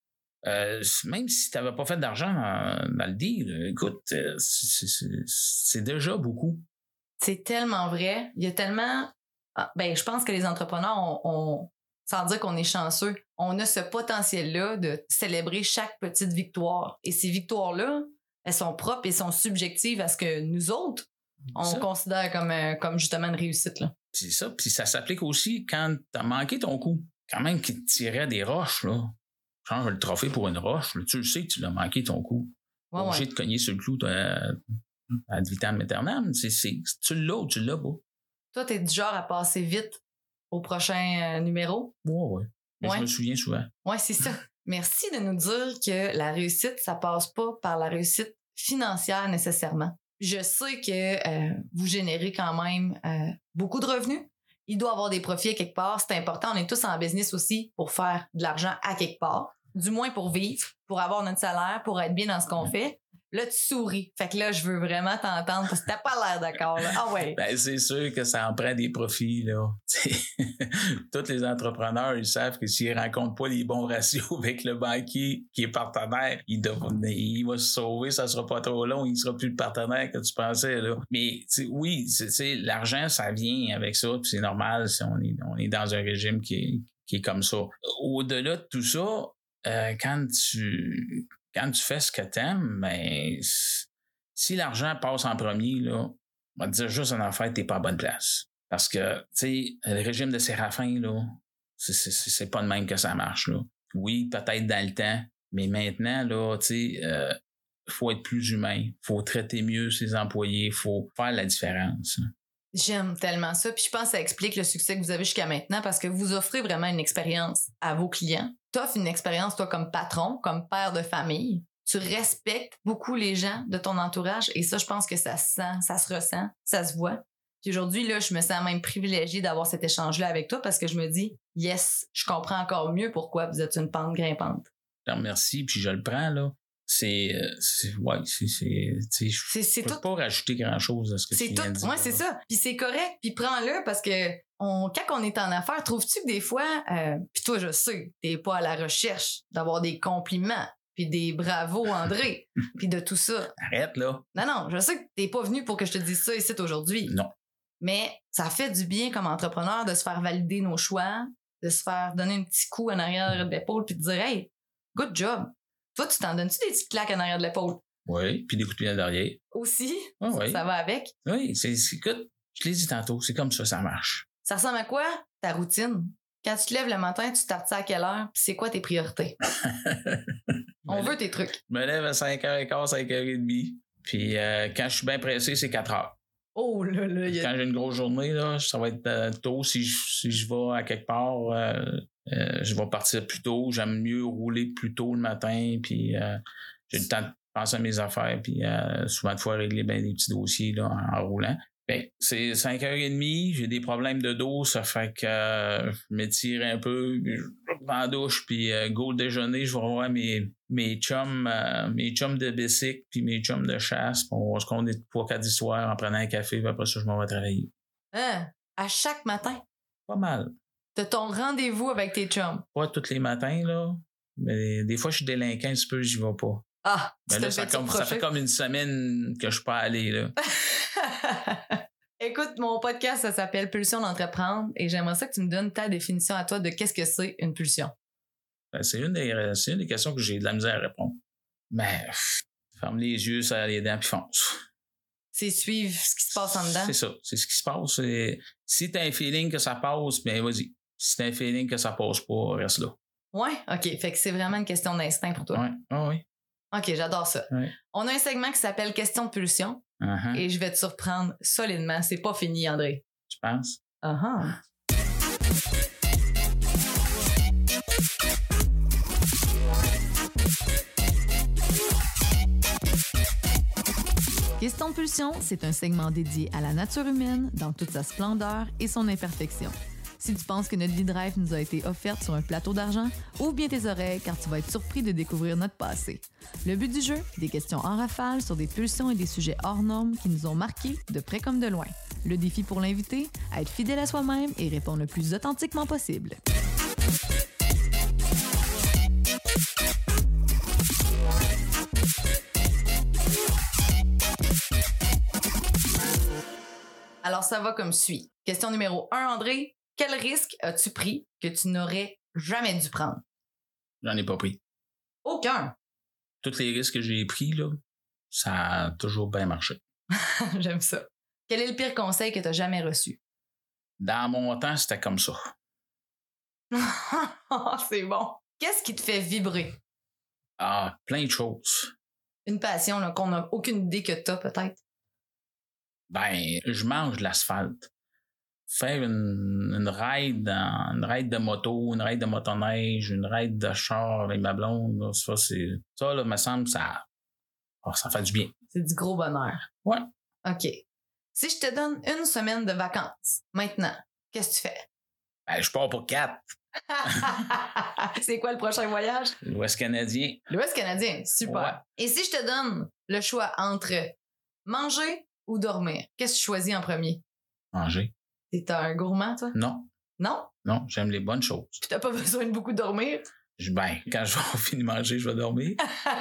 S2: euh, même si t'avais pas fait d'argent dans, dans le deal, écoute, c'est, c'est, c'est déjà beaucoup.
S3: C'est tellement vrai. Il y a tellement... Ah, ben, je pense que les entrepreneurs ont... ont... sans dire qu'on est chanceux, on a ce potentiel-là de célébrer chaque petite victoire. Et ces victoires-là, elles sont propres et sont subjectives à ce que nous autres, on
S2: ça.
S3: considère comme, euh, comme justement une réussite. Là.
S2: C'est ça. Puis ça s'applique aussi quand t'as manqué ton coup. Quand même qu'il te tirait des roches, là. Change le trophée pour une roche. Là, tu le sais que tu l'as manqué ton coup.
S3: Ouais,
S2: Obligé
S3: ouais.
S2: de cogner sur le clou, t'as, ad vitam aeternam. C'est, c'est, tu l'as ou tu l'as pas.
S3: Toi, t'es du genre à passer vite au prochain euh, numéro?
S2: Ouais, ouais. Mais
S3: Ouais.
S2: je me souviens souvent.
S3: Ouais, c'est ça. Merci de nous dire que la réussite, ça passe pas par la réussite financière nécessairement. Je sais que euh, vous générez quand même euh, beaucoup de revenus. Il doit y avoir des profits à quelque part. C'est important. On est tous en business aussi pour faire de l'argent à quelque part. Du moins pour vivre, pour avoir notre salaire, pour être bien dans ce qu'on fait. Là, tu souris. Fait que là, je veux vraiment t'entendre parce que t'as pas l'air d'accord, là. Ah ouais.
S2: Ben, c'est sûr que ça en prend des profits, là. Tous les entrepreneurs, ils savent que s'ils rencontrent pas les bons ratios avec le banquier qui est partenaire, il, doit, il va se sauver, ça sera pas trop long, il sera plus le partenaire que tu pensais, là. Mais, oui, c'est, c'est, l'argent, ça vient avec ça, puis c'est normal si on est, on est dans un régime qui est, qui est comme ça. Au-delà de tout ça, euh, quand tu... Quand tu fais ce que t'aimes, ben, si l'argent passe en premier, là, on va te dire juste en affaire, t'es pas à bonne place. Parce que, tu sais, le régime de Séraphin, là, c'est, c'est, c'est pas de même que ça marche, là. Oui, peut-être dans le temps, mais maintenant, là, tu sais, euh, faut être plus humain, faut traiter mieux ses employés, faut faire la différence.
S3: J'aime tellement ça. Puis je pense que ça explique le succès que vous avez jusqu'à maintenant parce que vous offrez vraiment une expérience à vos clients. Tu offres une expérience, toi, comme patron, comme père de famille. Tu respectes beaucoup les gens de ton entourage et ça, je pense que ça se sent, ça se ressent, ça se voit. Puis aujourd'hui, là, je me sens même privilégiée d'avoir cet échange-là avec toi parce que je me dis, yes, je comprends encore mieux pourquoi vous êtes une pente grimpante.
S2: Je te remercie, puis je le prends, là. C'est, c'est ouais, c'est, c'est, tu sais,
S3: c'est, c'est
S2: je peux
S3: tout.
S2: pas rajouter grand-chose à ce que
S3: c'est
S2: tu
S3: tout.
S2: viens de dire.
S3: Ouais, c'est ça. Puis c'est correct. Puis prends-le parce que on, quand on est en affaires, trouves-tu que des fois, euh, puis toi, je sais, t'es pas à la recherche d'avoir des compliments, puis des bravos, André, puis de tout ça.
S2: Arrête, là.
S3: Non, non, je sais que t'es pas venu pour que je te dise ça ici aujourd'hui.
S2: Non.
S3: Mais ça fait du bien comme entrepreneur de se faire valider nos choix, de se faire donner un petit coup en arrière de l'épaule, puis de dire, hey, good job. Toi, tu t'en donnes-tu des petites claques en arrière de l'épaule?
S2: Oui, puis des coups de pied derrière.
S3: Aussi?
S2: Ah, oui.
S3: Ça va avec?
S2: Oui, c'est, c'est, écoute, je l'ai dit tantôt, c'est comme ça, ça marche.
S3: Ça ressemble à quoi, ta routine? Quand tu te lèves le matin, tu startes ça à quelle heure? Puis c'est quoi tes priorités? On veut tes trucs.
S2: Je me lève à cinq heures quinze, cinq heures trente. Puis euh, quand je suis bien pressé, c'est quatre heures.
S3: Oh là là!
S2: A... Quand j'ai une grosse journée, là, ça va être euh, tôt. Si je, si je vais à quelque part, euh, euh, je vais partir plus tôt. J'aime mieux rouler plus tôt le matin. Puis euh, j'ai le temps de penser à mes affaires. Puis euh, souvent, de fois, régler bien des petits dossiers là, en, en roulant. Ben, c'est cinq heures trente, j'ai des problèmes de dos, ça fait que euh, je m'étire un peu, je prends la douche, puis euh, go le déjeuner, je vais voir mes, mes chums, euh, mes chums de bicycle, puis mes chums de chasse, puis on va se compter trois quatre histoires en prenant un café, puis après ça, je m'en vais travailler.
S3: Hein? À chaque matin?
S2: Pas mal.
S3: T'as ton rendez-vous avec tes chums?
S2: Pas tous les matins, là, mais des fois, je suis délinquant un petit peu, j'y vais pas.
S3: Ah,
S2: mais là, ça, comme, ça fait comme une semaine que je suis pas allé, là.
S3: Écoute, mon podcast, ça s'appelle Pulsion d'entreprendre et j'aimerais ça que tu me donnes ta définition à toi de qu'est-ce que c'est une pulsion.
S2: Ben, c'est, une des, c'est une des questions que j'ai de la misère à répondre. Mais pff, ferme les yeux, serre les dents puis fonce.
S3: C'est suivre ce qui se passe en dedans?
S2: C'est ça, c'est ce qui se passe. C'est, si t'as un feeling que ça passe, ben vas-y. Si t'as un feeling que ça passe pas, reste là.
S3: Ouais, OK. Fait que c'est vraiment une question d'instinct pour toi.
S2: Ouais, oh, oui.
S3: OK, j'adore ça.
S2: Ouais.
S3: On a un segment qui s'appelle Question de pulsion.
S2: Uh-huh.
S3: Et je vais te surprendre solidement. C'est pas fini, André.
S2: Tu penses?
S3: Uh-huh. Question de pulsion, c'est un segment dédié à la nature humaine dans toute sa splendeur et son imperfection. Si tu penses que notre vie de rêve nous a été offerte sur un plateau d'argent, ouvre bien tes oreilles car tu vas être surpris de découvrir notre passé. Le but du jeu, des questions en rafale sur des pulsions et des sujets hors normes qui nous ont marqués de près comme de loin. Le défi pour l'invité, être fidèle à soi-même et répondre le plus authentiquement possible. Alors, ça va comme suit. Question numéro un, André. Quel risque as-tu pris que tu n'aurais jamais dû prendre?
S2: J'en ai pas pris.
S3: Aucun.
S2: Tous les risques que j'ai pris, là, ça a toujours bien marché.
S3: J'aime ça. Quel est le pire conseil que tu as jamais reçu?
S2: Dans mon temps, c'était comme ça.
S3: C'est bon. Qu'est-ce qui te fait vibrer?
S2: Ah, plein de choses.
S3: Une passion là, qu'on n'a aucune idée que tu as, peut-être.
S2: Ben, je mange de l'asphalte. Faire une, une ride dans, une ride de moto, une ride de motoneige, une ride de char avec ma blonde, là, ça, c'est, ça, là, me semble, ça, oh, ça fait du bien.
S3: C'est du gros bonheur.
S2: Ouais.
S3: OK. Si je te donne une semaine de vacances, maintenant, qu'est-ce que tu fais?
S2: Ben, je pars pour quatre.
S3: C'est quoi le prochain voyage?
S2: L'Ouest canadien.
S3: L'Ouest canadien, super.
S2: Ouais.
S3: Et si je te donne le choix entre manger ou dormir, qu'est-ce que tu choisis en premier?
S2: Manger.
S3: T'es un gourmand, toi?
S2: Non.
S3: Non?
S2: Non, j'aime les bonnes choses.
S3: Puis t'as pas besoin de beaucoup dormir?
S2: Je, ben, quand je vais finir de manger, je vais dormir.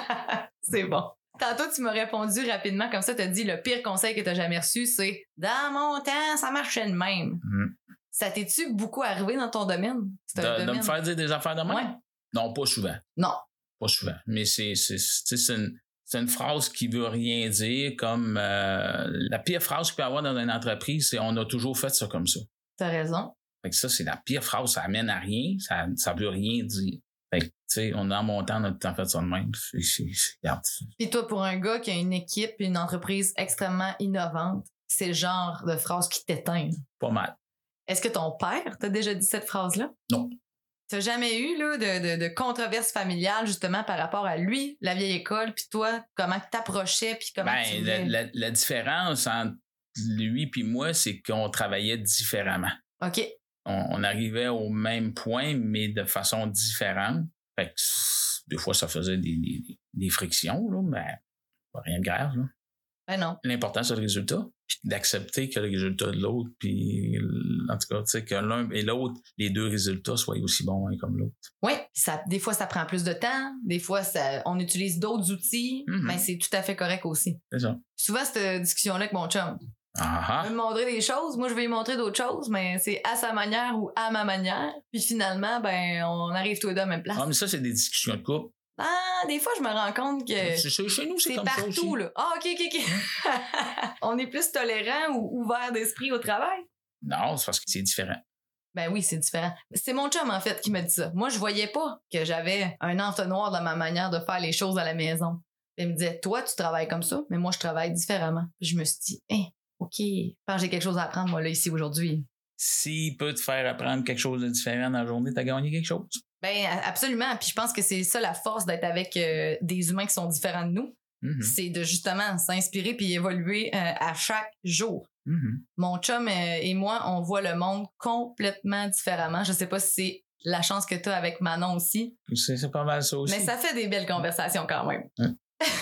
S3: C'est bon. Tantôt, tu m'as répondu rapidement, comme ça, t'as dit le pire conseil que t'as jamais reçu, c'est « Dans mon temps, ça marchait de même.
S2: Mm. »
S3: Ça t'es-tu beaucoup arrivé dans ton domaine? C'est
S2: De,
S3: un
S2: de
S3: domaine...
S2: me faire dire des affaires de même?
S3: Ouais.
S2: Non, pas souvent.
S3: Non.
S2: Pas souvent. Mais c'est, c'est, c'est, c'est, une, c'est une phrase qui veut rien dire, comme euh, la pire phrase qu'il peut y avoir dans une entreprise, c'est « On a toujours fait ça comme ça. »
S3: T'as raison.
S2: Fait que ça, c'est la pire phrase, ça amène à rien, ça, ça veut rien dire. Fait que, tu sais, on est en montant, on a tout le temps fait ça de même. C'est, c'est, c'est, regarde.
S3: Puis toi, pour un gars qui a une équipe, une entreprise extrêmement innovante, c'est le genre de phrase qui t'éteint.
S2: Pas mal.
S3: Est-ce que ton père t'a déjà dit cette phrase-là?
S2: Non.
S3: T'as jamais eu là, de, de, de controverse familiale justement par rapport à lui, la vieille école, puis toi, comment t'approchais, puis comment tu
S2: Ben, la,
S3: voulais...
S2: la, la différence entre lui puis moi, c'est qu'on travaillait différemment.
S3: OK.
S2: On, on arrivait au même point, mais de façon différente. Fait que des fois, ça faisait des, des, des frictions, là, mais pas rien de grave. Là.
S3: Ben non.
S2: L'important, c'est le résultat. Puis d'accepter que le résultat de l'autre, puis en tout cas, tu sais, que l'un et l'autre, les deux résultats soient aussi bons un comme l'autre.
S3: Oui, ça, des fois, ça prend plus de temps. Des fois, ça, on utilise d'autres outils,
S2: Mm-hmm.
S3: mais c'est tout à fait correct aussi.
S2: C'est ça.
S3: Souvent, cette discussion-là avec mon chum.
S2: Ah
S3: Il veut me montrer des choses, moi je vais lui montrer d'autres choses, mais c'est à sa manière ou à ma manière. Puis finalement, ben on arrive tous les deux à la même place.
S2: Ah, mais ça, c'est des discussions de couple.
S3: Ah, des fois je me rends compte que
S2: C'est, c'est, chez nous, c'est,
S3: c'est
S2: comme ça
S3: partout
S2: aussi.
S3: là. Ah, ok, ok, ok. On est plus tolérant ou ouvert d'esprit au travail.
S2: Non, c'est parce que c'est différent.
S3: Ben oui, c'est différent. C'est mon chum en fait qui m'a dit ça. Moi je voyais pas que j'avais un entonnoir dans ma manière de faire les choses à la maison. Il me disait, toi tu travailles comme ça, mais moi je travaille différemment. Puis je me suis dit, hein. OK, je pense que j'ai quelque chose à apprendre, moi, là, ici, aujourd'hui.
S2: S'il peut te faire apprendre quelque chose de différent dans la journée, t'as gagné quelque chose.
S3: Ben, absolument. Puis je pense que c'est ça la force d'être avec euh, des humains qui sont différents de nous.
S2: Mm-hmm.
S3: C'est de justement s'inspirer puis évoluer euh, à chaque jour.
S2: Mm-hmm.
S3: Mon chum euh, et moi, on voit le monde complètement différemment. Je sais pas si c'est la chance que tu as avec Manon aussi.
S2: C'est, c'est pas mal ça aussi.
S3: Mais ça fait des belles conversations quand même.
S2: Hein?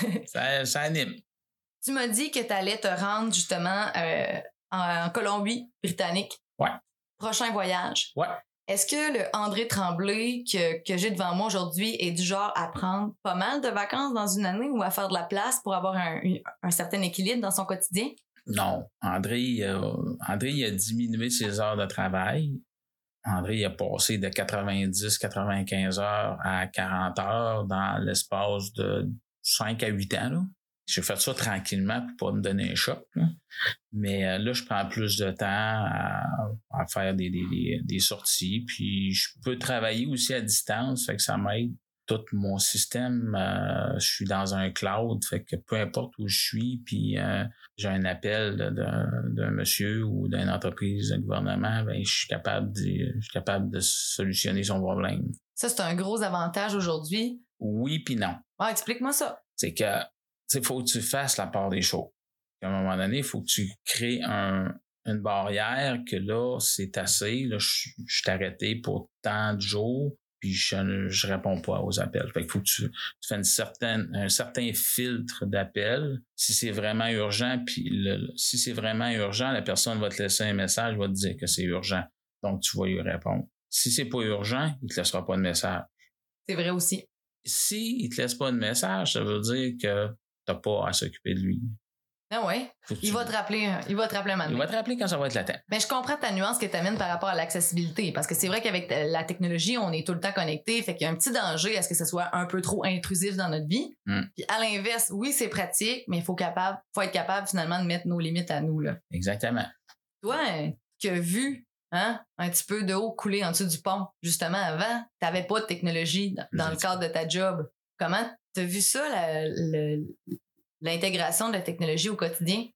S2: ça, ça anime.
S3: Tu m'as dit que tu allais te rendre justement euh, en, en Colombie-Britannique.
S2: Ouais.
S3: Prochain voyage.
S2: Ouais.
S3: Est-ce que le André Tremblay que, que j'ai devant moi aujourd'hui est du genre à prendre pas mal de vacances dans une année ou à faire de la place pour avoir un, un, un certain équilibre dans son quotidien?
S2: Non. André, euh, André il a diminué ses heures de travail. André il a passé de quatre-vingt-dix à quatre-vingt-quinze heures à quarante heures dans l'espace de cinq à huit ans. Là. J'ai fait ça tranquillement pour pas me donner un choc. Là. Mais euh, là, je prends plus de temps à, à faire des, des, des, des sorties. Puis je peux travailler aussi à distance, fait que ça m'aide. Tout mon système, euh, je suis dans un cloud, fait que peu importe où je suis, puis euh, j'ai un appel d'un, d'un monsieur ou d'une entreprise, d'un gouvernement, ben je suis capable de, je suis capable de solutionner son problème.
S3: Ça, c'est un gros avantage aujourd'hui.
S2: Oui puis non.
S3: Ah, explique-moi ça.
S2: C'est que il faut que tu fasses la part des choses. À un moment donné, il faut que tu crées un, une barrière que là, c'est assez. Là, je, je suis arrêté pour tant de jours, puis je je réponds pas aux appels. Fait qu'il faut que tu, tu fais une certaine, un certain filtre d'appels. Si c'est vraiment urgent, puis le, si c'est vraiment urgent, la personne va te laisser un message, va te dire que c'est urgent. Donc, tu vas lui répondre. Si c'est pas urgent, il te laissera pas de message.
S3: C'est vrai aussi.
S2: Si il te laisse pas de message, ça veut dire que t'as pas à s'occuper de lui.
S3: Ah ouais. Il
S2: tu...
S3: va te rappeler, il va te rappeler maintenant.
S2: Il va te rappeler quand ça va être le temps.
S3: Mais je comprends ta nuance que tu amènes par rapport à l'accessibilité. Parce que c'est vrai qu'avec la technologie, on est tout le temps connecté. Fait qu'il y a un petit danger à ce que ce soit un peu trop intrusif dans notre vie.
S2: Mm.
S3: Puis à l'inverse, oui, c'est pratique, mais il faut capable, faut être capable finalement de mettre nos limites à nous, là.
S2: Exactement.
S3: Toi, qui as vu, hein, un petit peu de eau couler en dessous du pont, justement avant, t'avais pas de technologie dans, dans le cadre de ta job. Comment t'as vu ça, la, la, l'intégration de la technologie au quotidien?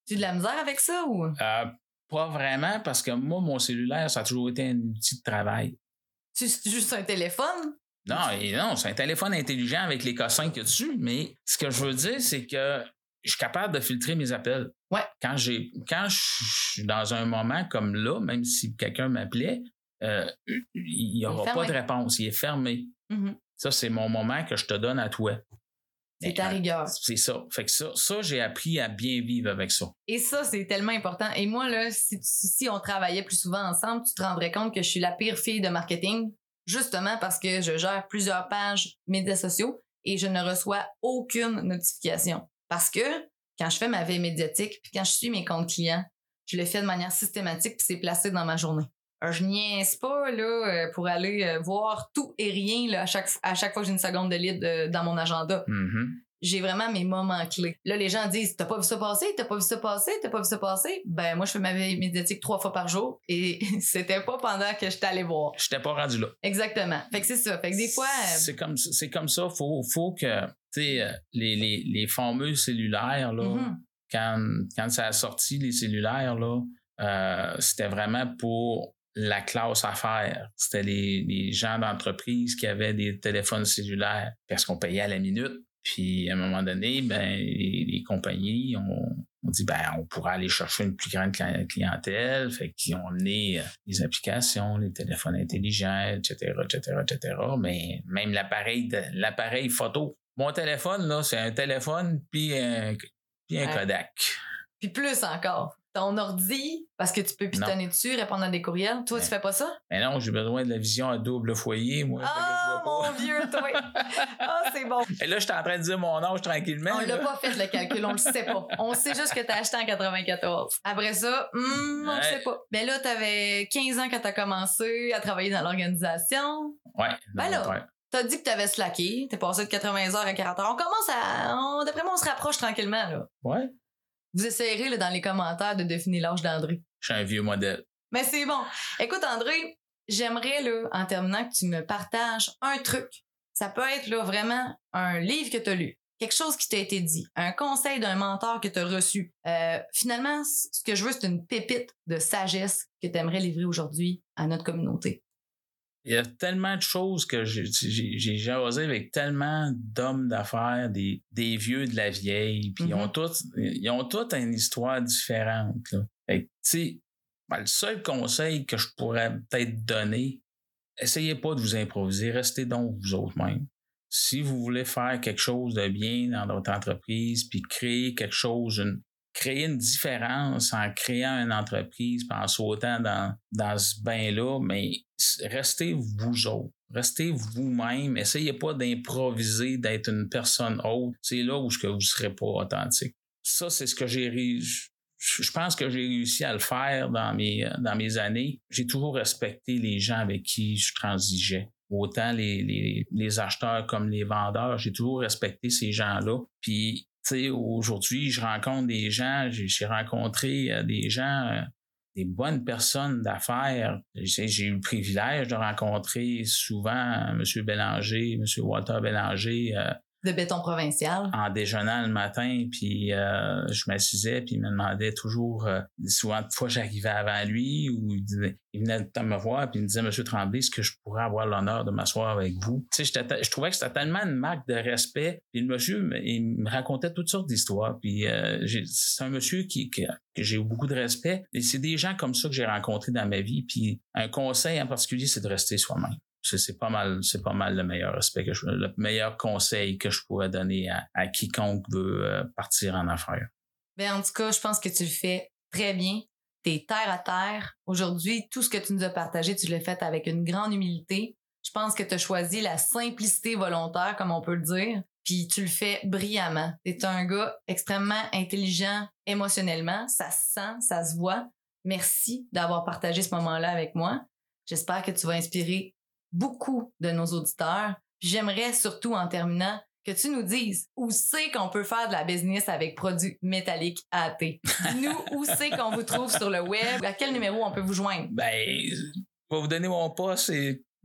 S3: Tu as de la misère avec ça ou?
S2: Euh, pas vraiment, parce que moi, mon cellulaire, ça a toujours été un outil de travail.
S3: Tu c'est juste un téléphone?
S2: Non, et non, c'est un téléphone intelligent avec les cossins qu'il y a dessus, mais ce que je veux dire, c'est que je suis capable de filtrer mes appels.
S3: Ouais.
S2: Quand j'ai, quand je suis dans un moment comme là, même si quelqu'un m'appelait, euh, il n'y aura pas de réponse. Il est fermé.
S3: Mm-hmm.
S2: Ça, c'est mon moment que je te donne à toi.
S3: C'est ta rigueur.
S2: C'est ça. Fait que ça, ça, j'ai appris à bien vivre avec ça.
S3: Et ça, c'est tellement important. Et moi, là, si, si on travaillait plus souvent ensemble, tu te rendrais compte que je suis la pire fille de marketing, justement parce que je gère plusieurs pages médias sociaux et je ne reçois aucune notification. Parce que quand je fais ma veille médiatique puis quand je suis mes comptes clients, je le fais de manière systématique puis c'est placé dans ma journée. Alors, je niaise pas là, pour aller voir tout et rien là, à, chaque, à chaque fois que j'ai une seconde de libre dans mon agenda.
S2: Mm-hmm.
S3: J'ai vraiment mes moments clés. Là, les gens disent « T'as pas vu ça passer? T'as pas vu ça passer? T'as pas vu ça passer? » Ben, moi, je fais ma veille médiatique trois fois par jour et c'était pas pendant que j'étais allée voir.
S2: J'étais pas rendu là.
S3: Exactement. Fait que c'est ça. Fait que des fois... Euh...
S2: C'est comme, c'est comme ça. Faut, faut que, tu sais, les, les, les fameux cellulaires, là, mm-hmm. quand, quand ça a sorti, les cellulaires, là, euh, c'était vraiment pour la classe affaires. C'était les, les gens d'entreprise qui avaient des téléphones cellulaires parce qu'on payait à la minute. Puis, à un moment donné, ben, les, les compagnies ont, ont dit, ben, on pourra aller chercher une plus grande clientèle. Fait qu'ils ont amené les applications, les téléphones intelligents, et cetera, et cetera, et cetera. Mais même l'appareil, de, l'appareil photo. Mon téléphone, là, c'est un téléphone puis un, puis un ouais. Kodak.
S3: Puis plus encore. Ton ordi, parce que tu peux pitonner non. dessus, répondre à des courriels. Toi, mais, tu fais pas ça?
S2: Mais non, j'ai besoin de la vision à double foyer, moi.
S3: Ah, oh, mon vieux, toi! Ah, oh, c'est bon.
S2: Et là, je suis en train de dire mon âge tranquillement.
S3: On là. l'a pas fait, le calcul. On le sait pas. On sait juste que t'as acheté en quatre-vingt-quatorze. Après ça, hmm, on ouais. le sait pas. Mais là, t'avais quinze ans quand t'as commencé à travailler dans l'organisation.
S2: Ouais.
S3: Ben là, ouais. T'as dit que t'avais slacké. T'es passé de quatre-vingts heures à quarante heures. On commence à... On, d'après moi, on se rapproche tranquillement, là.
S2: Ouais.
S3: Vous essayerez là, dans les commentaires de deviner l'âge d'André.
S2: Je suis un vieux modèle.
S3: Mais c'est bon. Écoute, André, j'aimerais, là, en terminant, que tu me partages un truc. Ça peut être là, vraiment un livre que tu as lu, quelque chose qui t'a été dit, un conseil d'un mentor que tu as reçu. Euh, finalement, ce que je veux, c'est une pépite de sagesse que tu aimerais livrer aujourd'hui à notre communauté.
S2: Il y a tellement de choses que j'ai, j'ai, j'ai jasé avec tellement d'hommes d'affaires, des, des vieux de la vieille, puis mm-hmm. ils ont tous, ils ont toutes une histoire différente, là. Fait que, tu sais, ben, le seul conseil que je pourrais peut-être donner, essayez pas de vous improviser, restez donc vous autres mêmes. Si vous voulez faire quelque chose de bien dans votre entreprise, puis créer quelque chose, une, créer une différence en créant une entreprise, puis en sautant dans, dans ce bain-là, mais restez vous autres. Restez vous-même. Essayez pas d'improviser, d'être une personne autre. C'est là où vous ne serez pas authentique. Ça, c'est ce que j'ai réussi. Je pense que j'ai réussi à le faire dans mes, dans mes années. J'ai toujours respecté les gens avec qui je transigeais. Autant les, les, les acheteurs comme les vendeurs. J'ai toujours respecté ces gens-là. Puis, tu sais, aujourd'hui, je rencontre des gens, j'ai, j'ai rencontré euh, des gens, euh, des bonnes personnes d'affaires. J'ai, j'ai eu le privilège de rencontrer souvent euh, M. Bélanger, M. Walter Bélanger. Euh,
S3: de béton provincial.
S2: En déjeunant le matin, puis euh, je m'assisais, puis il me demandait toujours, euh, souvent, des fois j'arrivais avant lui, ou il, disait, il venait de me voir, puis il me disait, Monsieur Tremblay, est-ce que je pourrais avoir l'honneur de m'asseoir avec vous? Tu sais, je trouvais que c'était tellement une marque de respect, puis le monsieur, il me racontait toutes sortes d'histoires, puis euh, j'ai, c'est un monsieur qui, qui, que j'ai eu beaucoup de respect, et c'est des gens comme ça que j'ai rencontrés dans ma vie, puis un conseil en particulier, c'est de rester soi-même. C'est, c'est pas mal, c'est pas mal le meilleur respect que je, le meilleur conseil que je pourrais donner à, à quiconque veut euh, partir en affaires.
S3: Ben, en tout cas, je pense que tu le fais très bien. T'es terre à terre. Aujourd'hui, tout ce que tu nous as partagé, tu l'as fait avec une grande humilité. Je pense que tu as choisi la simplicité volontaire, comme on peut le dire. Puis tu le fais brillamment. T'es un gars extrêmement intelligent émotionnellement. Ça se sent, ça se voit. Merci d'avoir partagé ce moment-là avec moi. J'espère que tu vas inspirer beaucoup de nos auditeurs. Puis j'aimerais surtout, en terminant, que tu nous dises où c'est qu'on peut faire de la business avec produits métalliques A T. Dis-nous où c'est qu'on vous trouve sur le web, à quel numéro on peut vous joindre.
S2: Ben, je vais vous donner mon poste, c'est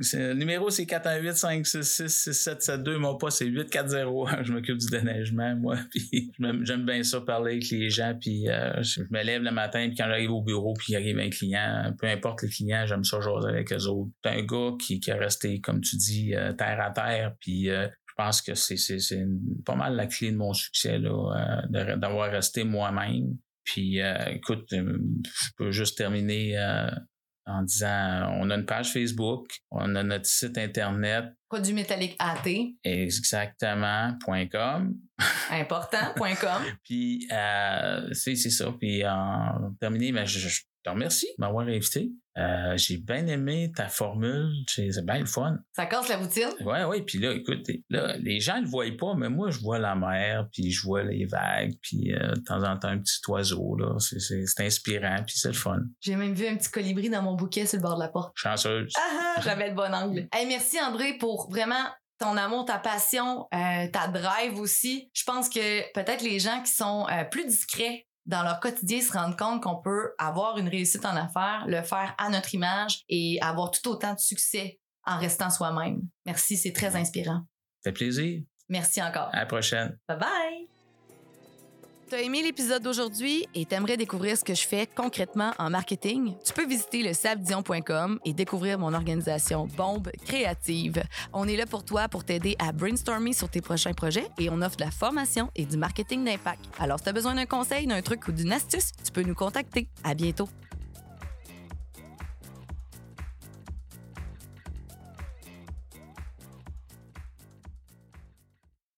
S2: C'est, le numéro, c'est quatre un huit, cinq six six, six sept sept deux. Mon poste, c'est huit quatre zéro. Je m'occupe du déneigement, moi. Puis j'aime bien ça, parler avec les gens. Puis euh, je me lève le matin, puis quand j'arrive au bureau, puis il arrive un client, peu importe le client, j'aime ça jaser avec eux autres. C'est un gars qui, qui est resté, comme tu dis, euh, terre à terre. Puis euh, je pense que c'est, c'est, c'est une, pas mal la clé de mon succès, là, euh, d'avoir resté moi-même. Puis euh, écoute, je peux juste terminer... Euh, en disant, on a une page Facebook, on a notre site Internet.
S3: Produit métallique A T.
S2: Exactement, .com.
S3: Important, .com.
S2: Puis, euh, c'est, c'est ça. Puis, en terminé, ben, je, je te remercie de m'avoir invité. Euh, j'ai bien aimé ta formule. C'est, c'est bien le fun.
S3: Ça casse la routine.
S2: Oui, oui. Puis là, écoute, là, les gens ne le voient pas, mais moi, je vois la mer, puis je vois les vagues, puis euh, de temps en temps, un petit oiseau. Là. C'est, c'est, c'est inspirant, puis c'est le fun.
S3: J'ai même vu un petit colibri dans mon bouquet sur le bord de la porte.
S2: Chanceuse.
S3: Ah, j'avais le bon angle. Hey, merci, André, pour vraiment ton amour, ta passion, euh, ta drive aussi. Je pense que peut-être les gens qui sont euh, plus discrets dans leur quotidien se rendent compte qu'on peut avoir une réussite en affaires, le faire à notre image et avoir tout autant de succès en restant soi-même. Merci, c'est très inspirant.
S2: Ça fait plaisir.
S3: Merci encore.
S2: À la prochaine.
S3: Bye bye!
S1: T'as aimé l'épisode d'aujourd'hui et t'aimerais découvrir ce que je fais concrètement en marketing? Tu peux visiter le sabdion point com et découvrir mon organisation Bombe Créative. On est là pour toi pour t'aider à brainstormer sur tes prochains projets et on offre de la formation et du marketing d'impact. Alors, si t'as besoin d'un conseil, d'un truc ou d'une astuce, tu peux nous contacter. À bientôt!